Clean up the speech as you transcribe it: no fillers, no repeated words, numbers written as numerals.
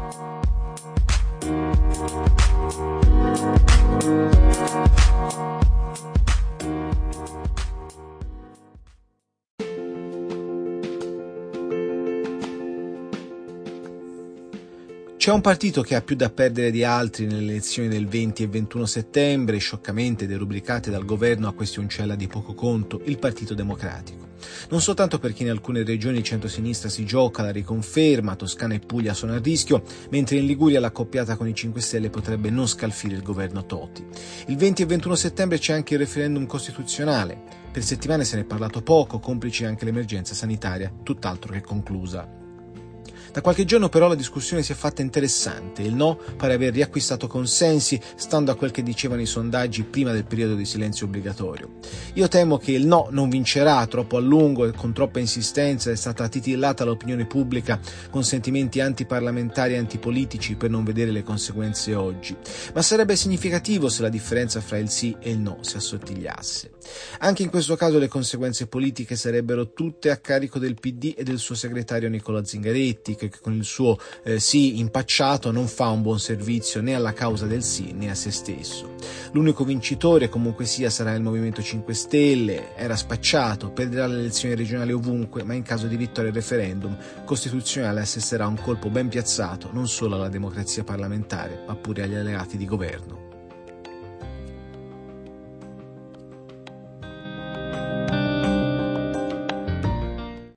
C'è un partito che ha più da perdere di altri nelle elezioni del 20 e 21 settembre, scioccamente derubricate dal governo a questioncella di poco conto, il Partito Democratico. Non soltanto perché in alcune regioni il centro-sinistra si gioca la riconferma, Toscana e Puglia sono a rischio, mentre in Liguria l'accoppiata con i 5 Stelle potrebbe non scalfire il governo Toti. Il 20 e 21 settembre c'è anche il referendum costituzionale. Per settimane se ne è parlato poco, complice anche l'emergenza sanitaria, tutt'altro che conclusa. Da qualche giorno però la discussione si è fatta interessante e il no pare aver riacquistato consensi, stando a quel che dicevano i sondaggi prima del periodo di silenzio obbligatorio. Io temo che il no non vincerà, troppo a lungo e con troppa insistenza è stata titillata l'opinione pubblica con sentimenti antiparlamentari e antipolitici per non vedere le conseguenze oggi. Ma sarebbe significativo se la differenza fra il sì e il no si assottigliasse. Anche in questo caso le conseguenze politiche sarebbero tutte a carico del PD e del suo segretario Nicola Zingaretti, che con il suo sì impacciato non fa un buon servizio né alla causa del sì né a se stesso. L'unico vincitore comunque sia sarà il Movimento 5 Stelle, era spacciato, perderà le elezioni regionali ovunque, ma in caso di vittoria al referendum costituzionale assesserà un colpo ben piazzato non solo alla democrazia parlamentare ma pure agli alleati di governo.